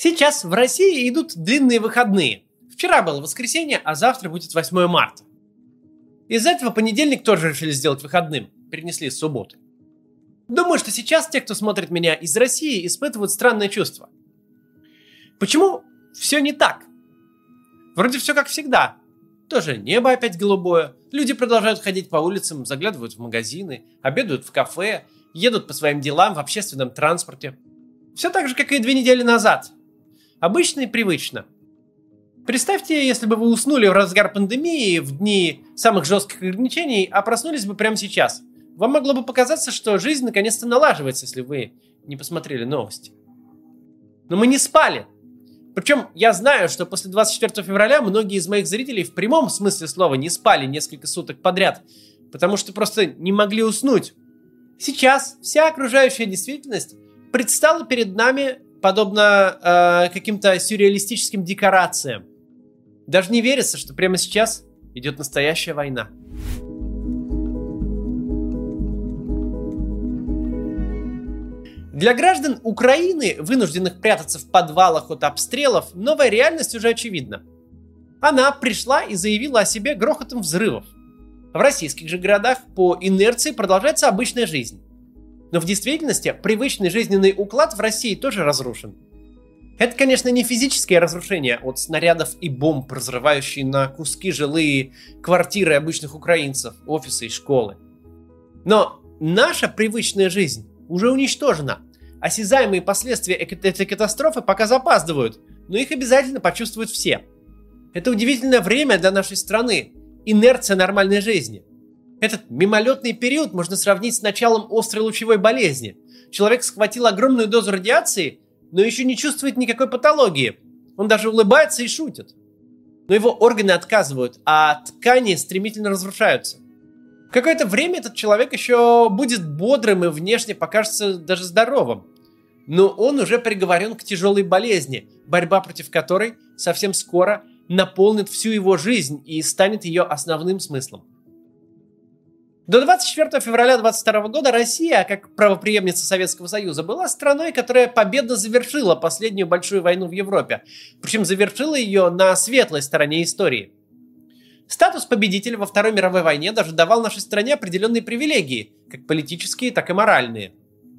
Сейчас в России идут длинные выходные. Вчера было воскресенье, а завтра будет 8 марта. Из-за этого понедельник тоже решили сделать выходным. Перенесли с субботы. Думаю, что сейчас те, кто смотрит меня из России, испытывают странное чувство. Почему все не так? Вроде все как всегда. Тоже небо опять голубое. Люди продолжают ходить по улицам, заглядывают в магазины, обедают в кафе, едут по своим делам в общественном транспорте. Все так же, как и 2 недели назад. Обычно и привычно. Представьте, если бы вы уснули в разгар пандемии в дни самых жестких ограничений, а проснулись бы прямо сейчас. Вам могло бы показаться, что жизнь наконец-то налаживается, если вы не посмотрели новости. Но мы не спали. Причем я знаю, что после 24 февраля многие из моих зрителей в прямом смысле слова не спали несколько суток подряд, потому что просто не могли уснуть. Сейчас вся окружающая действительность предстала перед нами подобно каким-то сюрреалистическим декорациям. Даже не верится, что прямо сейчас идет настоящая война. Для граждан Украины, вынужденных прятаться в подвалах от обстрелов, новая реальность уже очевидна. Она пришла и заявила о себе грохотом взрывов. В российских же городах по инерции продолжается обычная жизнь. Но в действительности привычный жизненный уклад в России тоже разрушен. Это, конечно, не физическое разрушение от снарядов и бомб, разрывающие на куски жилые квартиры обычных украинцев, офисы и школы. Но наша привычная жизнь уже уничтожена. Осязаемые последствия этой катастрофы пока запаздывают, но их обязательно почувствуют все. Это удивительное время для нашей страны, инерция нормальной жизни. Этот мимолетный период можно сравнить с началом острой лучевой болезни. Человек схватил огромную дозу радиации, но еще не чувствует никакой патологии. Он даже улыбается и шутит. Но его органы отказывают, а ткани стремительно разрушаются. В какое-то время этот человек еще будет бодрым и внешне покажется даже здоровым. Но он уже приговорен к тяжелой болезни, борьба против которой совсем скоро наполнит всю его жизнь и станет ее основным смыслом. До 24 февраля 2022 года Россия, как правопреемница Советского Союза, была страной, которая победно завершила последнюю большую войну в Европе. Причем завершила ее на светлой стороне истории. Статус победителя во Второй мировой войне даже давал нашей стране определенные привилегии, как политические, так и моральные.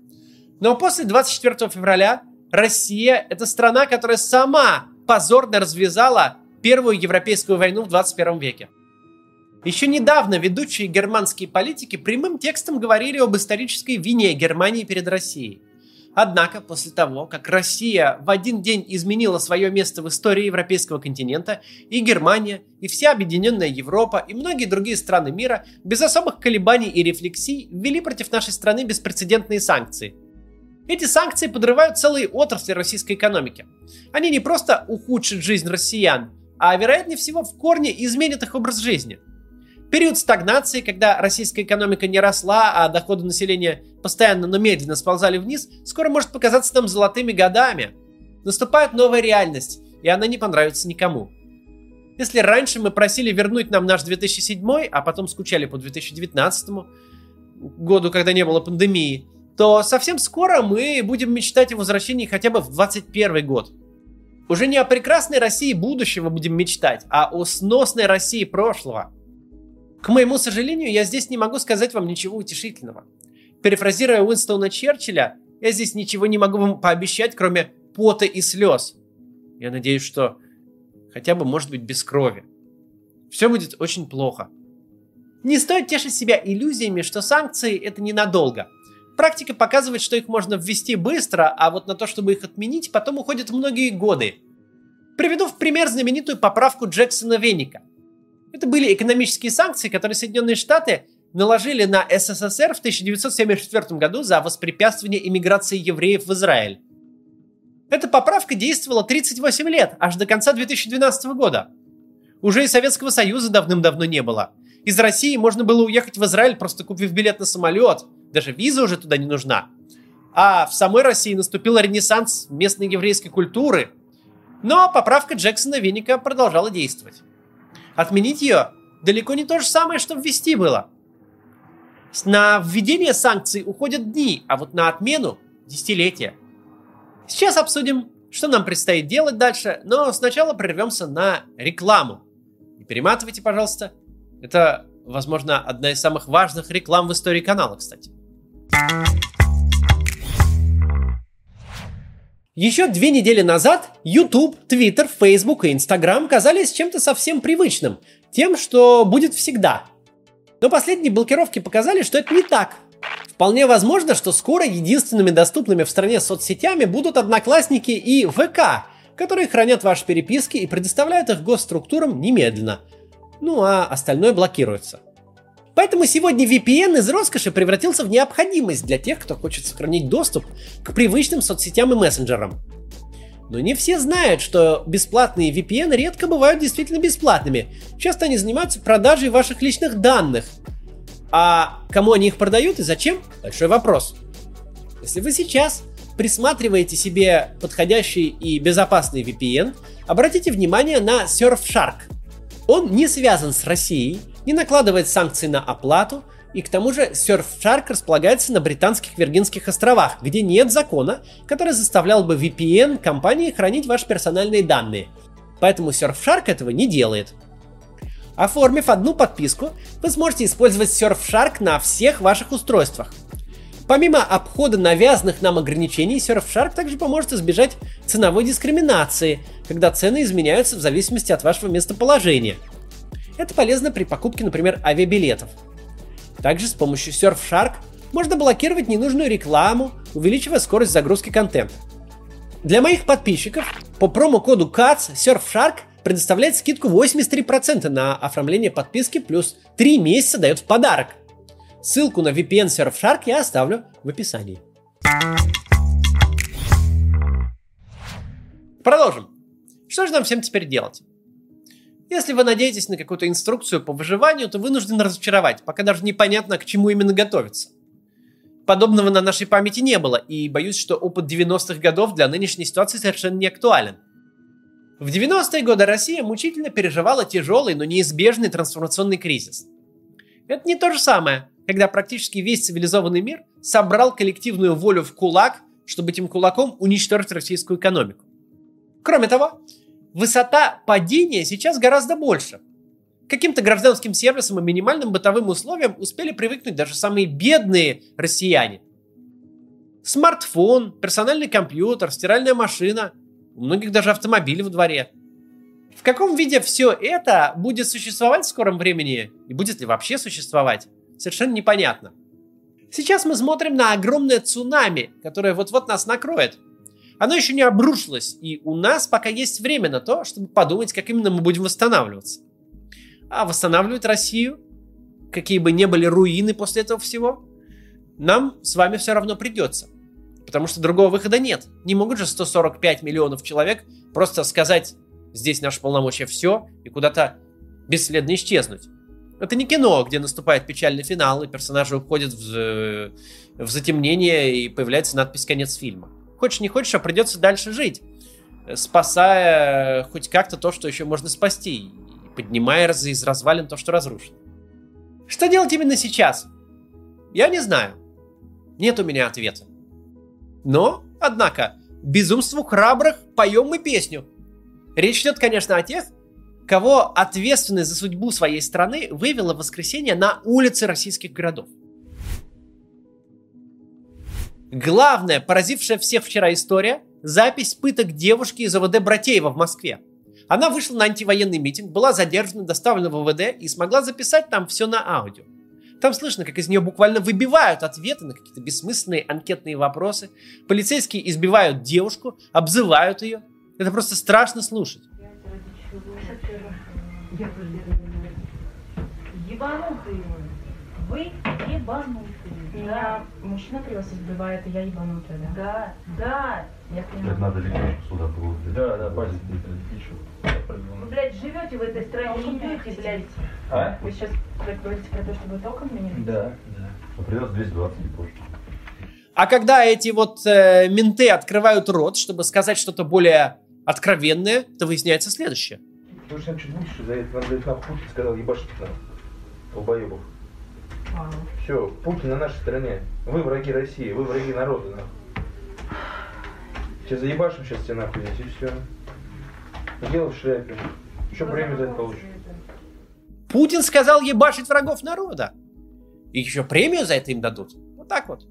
Но после 24 февраля Россия – это страна, которая сама позорно развязала Первую европейскую войну в 21 веке. Еще недавно ведущие германские политики прямым текстом говорили об исторической вине Германии перед Россией. Однако, после того, как Россия в один день изменила свое место в истории европейского континента, и Германия, и вся объединенная Европа, и многие другие страны мира без особых колебаний и рефлексий ввели против нашей страны беспрецедентные санкции. Эти санкции подрывают целые отрасли российской экономики. Они не просто ухудшат жизнь россиян, а, вероятнее всего, в корне изменят их образ жизни. Период стагнации, когда российская экономика не росла, а доходы населения постоянно, но медленно сползали вниз, скоро может показаться нам золотыми годами. Наступает новая реальность, и она не понравится никому. Если раньше мы просили вернуть нам наш 2007, а потом скучали по 2019 году, когда не было пандемии, то совсем скоро мы будем мечтать о возвращении хотя бы в 2021 год. Уже не о прекрасной России будущего будем мечтать, а о сносной России прошлого. К моему сожалению, я здесь не могу сказать вам ничего утешительного. Перефразируя Уинстона Черчилля, я здесь ничего не могу вам пообещать, кроме пота и слез. Я надеюсь, что хотя бы, может быть, без крови. Все будет очень плохо. Не стоит тешить себя иллюзиями, что санкции – это ненадолго. Практика показывает, что их можно ввести быстро, а вот на то, чтобы их отменить, потом уходят многие годы. Приведу в пример знаменитую поправку Джексона-Веника. Это были экономические санкции, которые Соединенные Штаты наложили на СССР в 1974 году за воспрепятствование иммиграции евреев в Израиль. Эта поправка действовала 38 лет, аж до конца 2012 года. Уже и Советского Союза давным-давно не было. Из России можно было уехать в Израиль, просто купив билет на самолет. Даже виза уже туда не нужна. А в самой России наступил ренессанс местной еврейской культуры. Но поправка Джексона-Веника продолжала действовать. Отменить ее далеко не то же самое, что ввести было. На введение санкций уходят дни, а вот на отмену – десятилетия. Сейчас обсудим, что нам предстоит делать дальше, но сначала прервемся на рекламу. Не перематывайте, пожалуйста. Это, возможно, одна из самых важных реклам в истории канала, кстати. Еще 2 недели назад YouTube, Twitter, Facebook и Instagram казались чем-то совсем привычным, тем, что будет всегда. Но последние блокировки показали, что это не так. Вполне возможно, что скоро единственными доступными в стране соцсетями будут Одноклассники и ВК, которые хранят ваши переписки и предоставляют их госструктурам немедленно. Ну а остальное блокируется. Поэтому сегодня VPN из роскоши превратился в необходимость для тех, кто хочет сохранить доступ к привычным соцсетям и мессенджерам. Но не все знают, что бесплатные VPN редко бывают действительно бесплатными. Часто они занимаются продажей ваших личных данных. А кому они их продают и зачем? Большой вопрос. Если вы сейчас присматриваете себе подходящий и безопасный VPN, обратите внимание на Surfshark. Он не связан с Россией, не накладывает санкций на оплату, и к тому же Surfshark располагается на Британских Виргинских островах, где нет закона, который заставлял бы VPN-компании хранить ваши персональные данные. Поэтому Surfshark этого не делает. Оформив одну подписку, вы сможете использовать Surfshark на всех ваших устройствах. Помимо обхода навязанных нам ограничений, Surfshark также поможет избежать ценовой дискриминации, когда цены изменяются в зависимости от вашего местоположения. Это полезно при покупке, например, авиабилетов. Также с помощью Surfshark можно блокировать ненужную рекламу, увеличивая скорость загрузки контента. Для моих подписчиков по промокоду CATS Surfshark предоставляет скидку 83% на оформление подписки, плюс 3 месяца дает в подарок. Ссылку на VPN Surfshark я оставлю в описании. Продолжим. Что же нам всем теперь делать? Если вы надеетесь на какую-то инструкцию по выживанию, то вынужден разочаровать, пока даже непонятно, к чему именно готовиться. Подобного на нашей памяти не было, и боюсь, что опыт 90-х годов для нынешней ситуации совершенно не актуален. В 90-е годы Россия мучительно переживала тяжелый, но неизбежный трансформационный кризис. Это не то же самое, когда практически весь цивилизованный мир собрал коллективную волю в кулак, чтобы этим кулаком уничтожить российскую экономику. Кроме того, высота падения сейчас гораздо больше. К каким-то гражданским сервисам и минимальным бытовым условиям успели привыкнуть даже самые бедные россияне. Смартфон, персональный компьютер, стиральная машина, у многих даже автомобили во дворе. В каком виде все это будет существовать в скором времени и будет ли вообще существовать, совершенно непонятно. Сейчас мы смотрим на огромное цунами, которое вот-вот нас накроет. Оно еще не обрушилось, и у нас пока есть время на то, чтобы подумать, как именно мы будем восстанавливаться. А восстанавливать Россию, какие бы ни были руины после этого всего, нам с вами все равно придется. Потому что другого выхода нет. Не могут же 145 миллионов человек просто сказать: здесь наши полномочия все, и куда-то бесследно исчезнуть. Это не кино, где наступает печальный финал, и персонажи уходят в затемнение, и появляется надпись «Конец фильма». Хочешь не хочешь, а придется дальше жить, спасая хоть как-то то, что еще можно спасти, и поднимая из развалин то, что разрушено. Что делать именно сейчас? Я не знаю. Нет у меня ответа. Но, однако, безумству храбрых поем мы песню. Речь идет, конечно, о тех, кого ответственность за судьбу своей страны вывела в воскресенье на улицы российских городов. Главная, поразившая всех вчера история – запись пыток девушки из ОВД Братеева в Москве. Она вышла на антивоенный митинг, была задержана, доставлена в ОВД и смогла записать там все на аудио. Там слышно, как из нее буквально выбивают ответы на какие-то бессмысленные анкетные вопросы. Полицейские избивают девушку, обзывают ее. Это просто страшно слушать. Ебанутые вы, ебанутые. Меня мужчина привез, избивает, и я ебанутая, да? Да. Я поняла. Это надо летишку сюда положить. Да, пальцы Вы, блядь, живете в этой стране, не идете, блядь. А? Вы сейчас говорите про то, что вы током меня? Да. А придется 220 и позже. А когда эти вот менты открывают рот, чтобы сказать что-то более откровенное, то выясняется следующее. Слушай, там что будешь за это? Надо на Путин сказал, ебашить нам. Долбоебов. Все, Путин на нашей стороне. Вы враги России, вы враги народа. Тебе заебашим сейчас тебе нахуй здесь, и все. Дело в шляпе. Еще премию за это получишь. Путин сказал ебашить врагов народа. И еще премию за это им дадут. Вот так вот.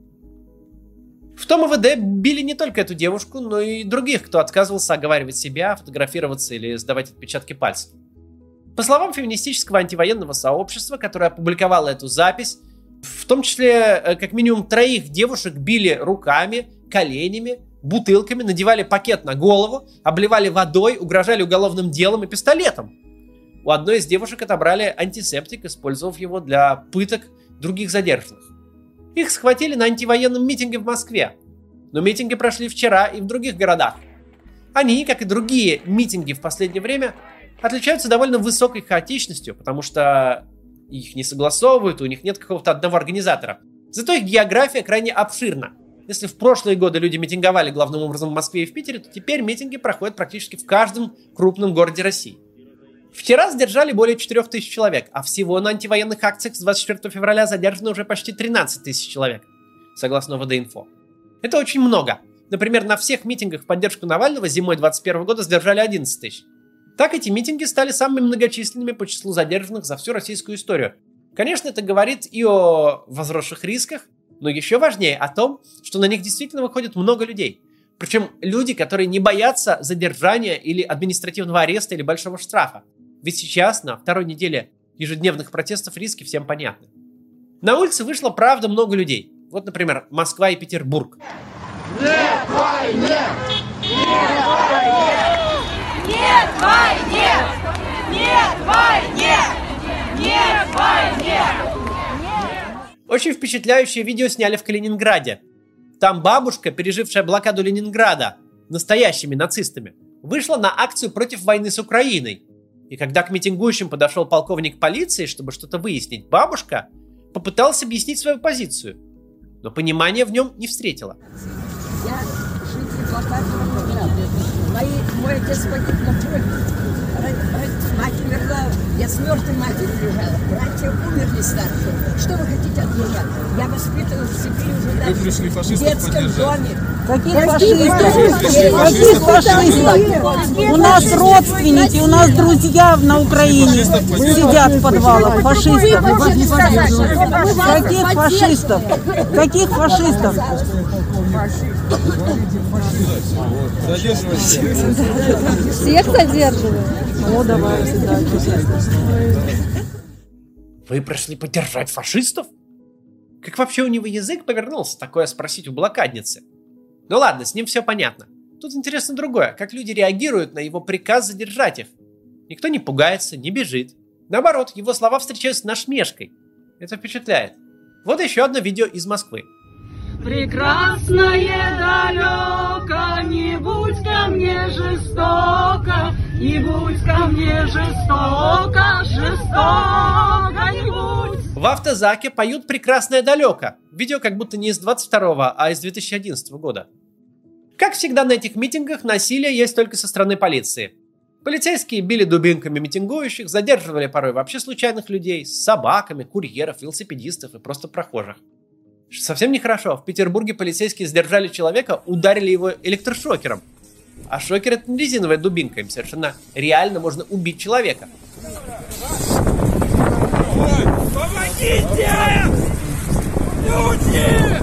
В том МВД били не только эту девушку, но и других, кто отказывался оговаривать себя, фотографироваться или сдавать отпечатки пальцев. По словам феминистического антивоенного сообщества, которое опубликовало эту запись, в том числе как минимум 3 девушек били руками, коленями, бутылками, надевали пакет на голову, обливали водой, угрожали уголовным делом и пистолетом. У одной из девушек отобрали антисептик, использовав его для пыток других задержанных. Их схватили на антивоенном митинге в Москве. Но митинги прошли вчера и в других городах. Они, как и другие митинги в последнее время, отличаются довольно высокой хаотичностью, потому что их не согласовывают, у них нет какого-то одного организатора. Зато их география крайне обширна. Если в прошлые годы люди митинговали главным образом в Москве и в Питере, то теперь митинги проходят практически в каждом крупном городе России. Вчера задержали более 4000 человек, а всего на антивоенных акциях с 24 февраля задержано уже почти 13 тысяч человек, согласно ВД-инфо. Это очень много. Например, на всех митингах в поддержку Навального зимой 2021 года задержали 11 тысяч. Так эти митинги стали самыми многочисленными по числу задержанных за всю российскую историю. Конечно, это говорит и о возросших рисках, но еще важнее о том, что на них действительно выходит много людей. Причем люди, которые не боятся задержания или административного ареста или большого штрафа. Ведь сейчас, на 2-й неделе ежедневных протестов, риски всем понятны. На улице вышло, правда, много людей. Вот, например, Москва и Петербург. Нет войне! Нет войне! Нет войне! Нет войне! Нет войне! Очень впечатляющее видео сняли в Калининграде. Там бабушка, пережившая блокаду Ленинграда настоящими нацистами, вышла на акцию против войны с Украиной. И когда к митингующим подошел полковник полиции, чтобы что-то выяснить, бабушка попыталась объяснить свою позицию, но понимания в нем не встретила. Я житель блокадного Ленинграда. Мой отец погиб на фронте. Мать умерла. Я с мертвой матерью лежала. Братья умерли старшие. Что вы хотите от меня? Я воспитывала в себе уже даже в детском доме. Каких фашистов? Каких фашистов? У нас родственники, у нас друзья на Украине сидят в подвалах. Фашистов. Каких фашистов? Каких фашистов? Всех задерживают. О, давайте, да. Вы пришли поддержать фашистов? Как вообще у него язык повернулся такое спросить у блокадницы? Ну ладно, с ним все понятно. Тут интересно другое, как люди реагируют на его приказ задержать их. Никто не пугается, не бежит. Наоборот, его слова встречаются с насмешкой. Это впечатляет. Вот еще одно видео из Москвы. Прекрасное далеко, не будь ко мне жестоко, не будь ко мне жестоко, жестоко не будь. В автозаке поют «Прекрасное далеко». Видео как будто не из 22-го, а из 2011 года. Как всегда на этих митингах, насилие есть только со стороны полиции. Полицейские били дубинками митингующих, задерживали порой вообще случайных людей, с собаками, курьеров, велосипедистов и просто прохожих. Совсем нехорошо. В Петербурге полицейские задержали человека, ударили его электрошокером. А шокер — это не резиновая дубинка, им совершенно реально можно убить человека. Помогите! Люди!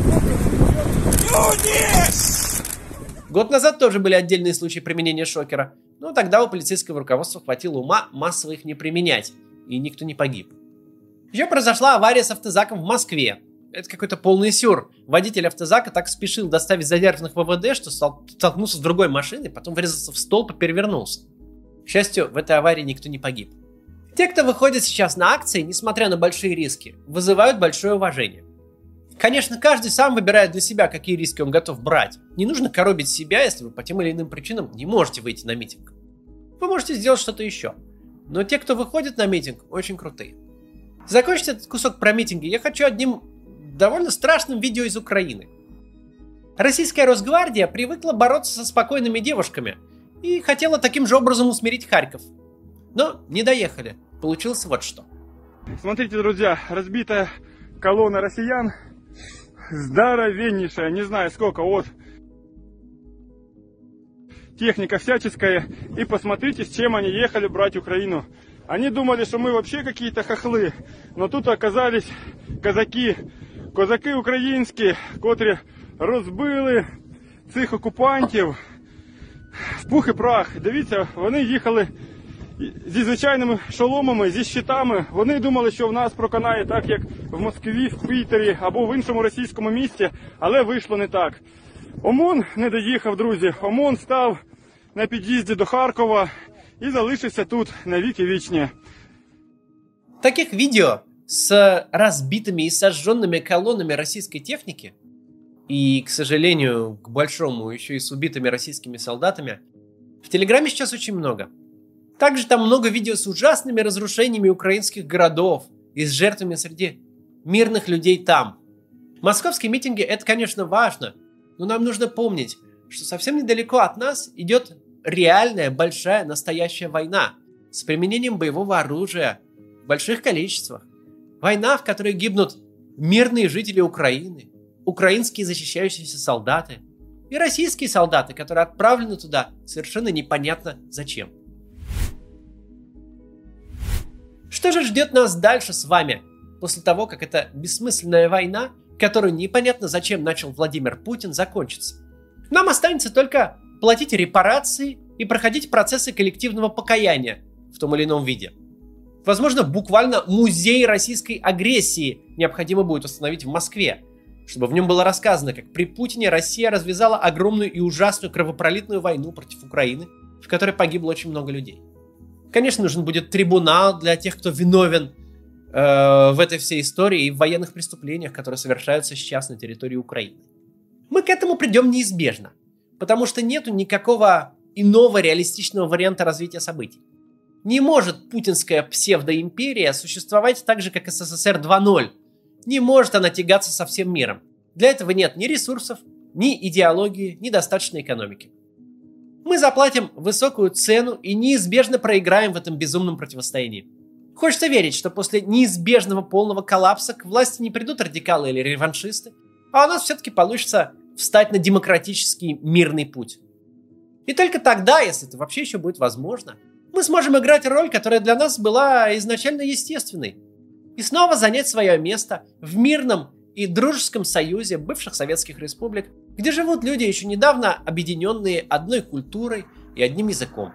Люди! Год назад тоже были отдельные случаи применения шокера, но тогда у полицейского руководства хватило ума массово их не применять, и никто не погиб. Еще произошла авария с автозаком в Москве. Это какой-то полный сюр. Водитель автозака так спешил доставить задержанных в ВВД, что столкнулся с другой машиной, потом врезался в столб и перевернулся. К счастью, в этой аварии никто не погиб. Те, кто выходит сейчас на акции, несмотря на большие риски, вызывают большое уважение. Конечно, каждый сам выбирает для себя, какие риски он готов брать. Не нужно коробить себя, если вы по тем или иным причинам не можете выйти на митинг. Вы можете сделать что-то еще. Но те, кто выходит на митинг, очень крутые. Закончить этот кусок про митинги я хочу одним довольно страшным видео из Украины. Российская Росгвардия привыкла бороться со спокойными девушками и хотела таким же образом усмирить Харьков. Но не доехали. Получилось вот что. Смотрите, друзья, разбитая колонна россиян, здоровеннейшая, не знаю сколько, от техника всяческая. И посмотрите, с чем они ехали брать Украину. Они думали, что мы вообще какие-то хохлы. Но тут оказались козаки українські, котрі розбили цих окупантів в пух і прах. Дивіться, вони їхали зі звичайними шоломами, зі щитами. Вони думали, що в нас проканає так, як в Москві, в Пітері або в іншому російському місті, але вийшло не так. ОМОН не доїхав, друзі. ОМОН став на під'їзді до Харкова и залишился тут навеки вічні. Таких видео с разбитыми и сожженными колоннами российской техники и, к сожалению, к большому, еще и с убитыми российскими солдатами в Телеграме сейчас очень много. Также там много видео с ужасными разрушениями украинских городов и с жертвами среди мирных людей там. Московские митинги – это, конечно, важно, но нам нужно помнить, что совсем недалеко от нас идет реальная, большая, настоящая война с применением боевого оружия в больших количествах. Война, в которой гибнут мирные жители Украины, украинские защищающиеся солдаты и российские солдаты, которые отправлены туда совершенно непонятно зачем. Что же ждет нас дальше с вами после того, как эта бессмысленная война, которую непонятно зачем начал Владимир Путин, закончится? Нам останется только платить репарации и проходить процессы коллективного покаяния в том или ином виде. Возможно, буквально музей российской агрессии необходимо будет установить в Москве, чтобы в нем было рассказано, как при Путине Россия развязала огромную и ужасную кровопролитную войну против Украины, в которой погибло очень много людей. Конечно, нужен будет трибунал для тех, кто виновен в этой всей истории и в военных преступлениях, которые совершаются сейчас на территории Украины. Мы к этому придем неизбежно, потому что нету никакого иного реалистичного варианта развития событий. Не может путинская псевдоимперия существовать так же, как СССР 2.0. Не может она тягаться со всем миром. Для этого нет ни ресурсов, ни идеологии, ни достаточной экономики. Мы заплатим высокую цену и неизбежно проиграем в этом безумном противостоянии. Хочется верить, что после неизбежного полного коллапса к власти не придут радикалы или реваншисты, а у нас все-таки получится встать на демократический мирный путь. И только тогда, если это вообще еще будет возможно, мы сможем играть роль, которая для нас была изначально естественной, и снова занять свое место в мирном и дружеском союзе бывших советских республик, где живут люди, еще недавно объединенные одной культурой и одним языком.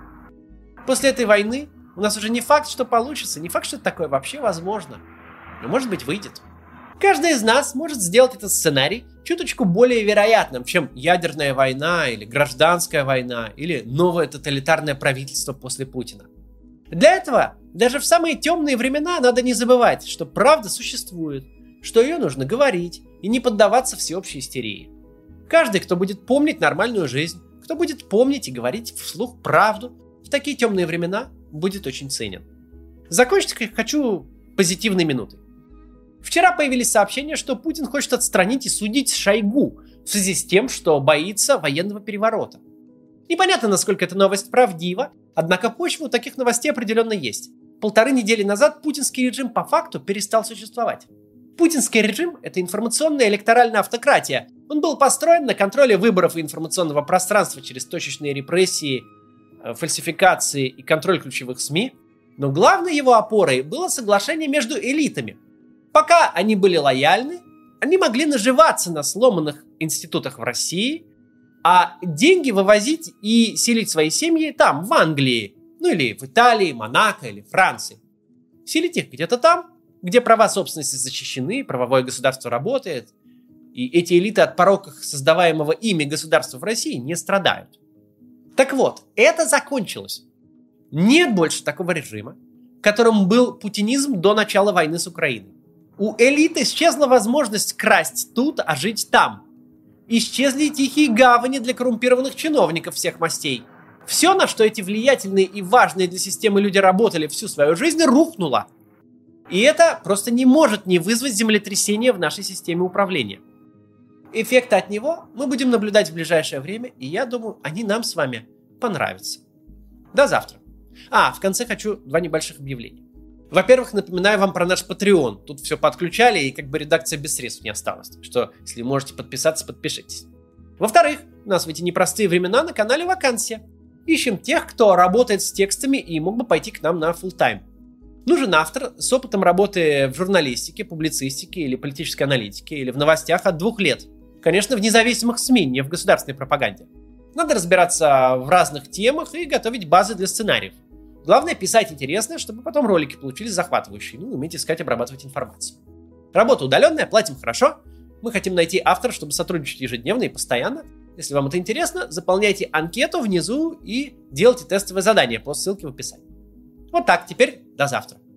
После этой войны у нас уже не факт, что получится, не факт, что такое вообще возможно, но может быть выйдет. Каждый из нас может сделать этот сценарий чуточку более вероятным, чем ядерная война или гражданская война или новое тоталитарное правительство после Путина. Для этого даже в самые темные времена надо не забывать, что правда существует, что ее нужно говорить и не поддаваться всеобщей истерии. Каждый, кто будет помнить нормальную жизнь, кто будет помнить и говорить вслух правду, в такие темные времена будет очень ценен. Закончить хочу позитивной минутой. Вчера появились сообщения, что Путин хочет отстранить и судить Шойгу в связи с тем, что боится военного переворота. Непонятно, насколько эта новость правдива, однако почва у таких новостей определенно есть. 1,5 недели назад путинский режим по факту перестал существовать. Путинский режим – это информационная электоральная автократия. Он был построен на контроле выборов и информационного пространства через точечные репрессии, фальсификации и контроль ключевых СМИ. Но главной его опорой было соглашение между элитами. Пока они были лояльны, они могли наживаться на сломанных институтах в России, а деньги вывозить и селить свои семьи там, в Англии, ну или в Италии, Монако или Франции. Селить их где-то там, где права собственности защищены, правовое государство работает, и эти элиты от пороков создаваемого ими государства в России не страдают. Так вот, это закончилось. Нет больше такого режима, которым был путинизм до начала войны с Украиной. У элиты исчезла возможность красть тут, а жить там. Исчезли тихие гавани для коррумпированных чиновников всех мастей. Все, на что эти влиятельные и важные для системы люди работали всю свою жизнь, рухнуло. И это просто не может не вызвать землетрясения в нашей системе управления. Эффекты от него мы будем наблюдать в ближайшее время, и я думаю, они нам с вами понравятся. До завтра. В конце хочу 2 небольших объявления. Во-первых, напоминаю вам про наш Patreon. Тут все подключали, и как бы редакция без средств не осталась. Так что, если можете подписаться, подпишитесь. Во-вторых, у нас в эти непростые времена на канале вакансия. Ищем тех, кто работает с текстами и мог бы пойти к нам на full-time. Нужен автор с опытом работы в журналистике, публицистике или политической аналитике, или в новостях от 2 лет. Конечно, в независимых СМИ, не в государственной пропаганде. Надо разбираться в разных темах и готовить базы для сценариев. Главное писать интересно, чтобы потом ролики получились захватывающие, уметь искать и обрабатывать информацию. Работа удаленная, платим хорошо. Мы хотим найти автора, чтобы сотрудничать ежедневно и постоянно. Если вам это интересно, заполняйте анкету внизу и делайте тестовое задание по ссылке в описании. Вот так, теперь до завтра.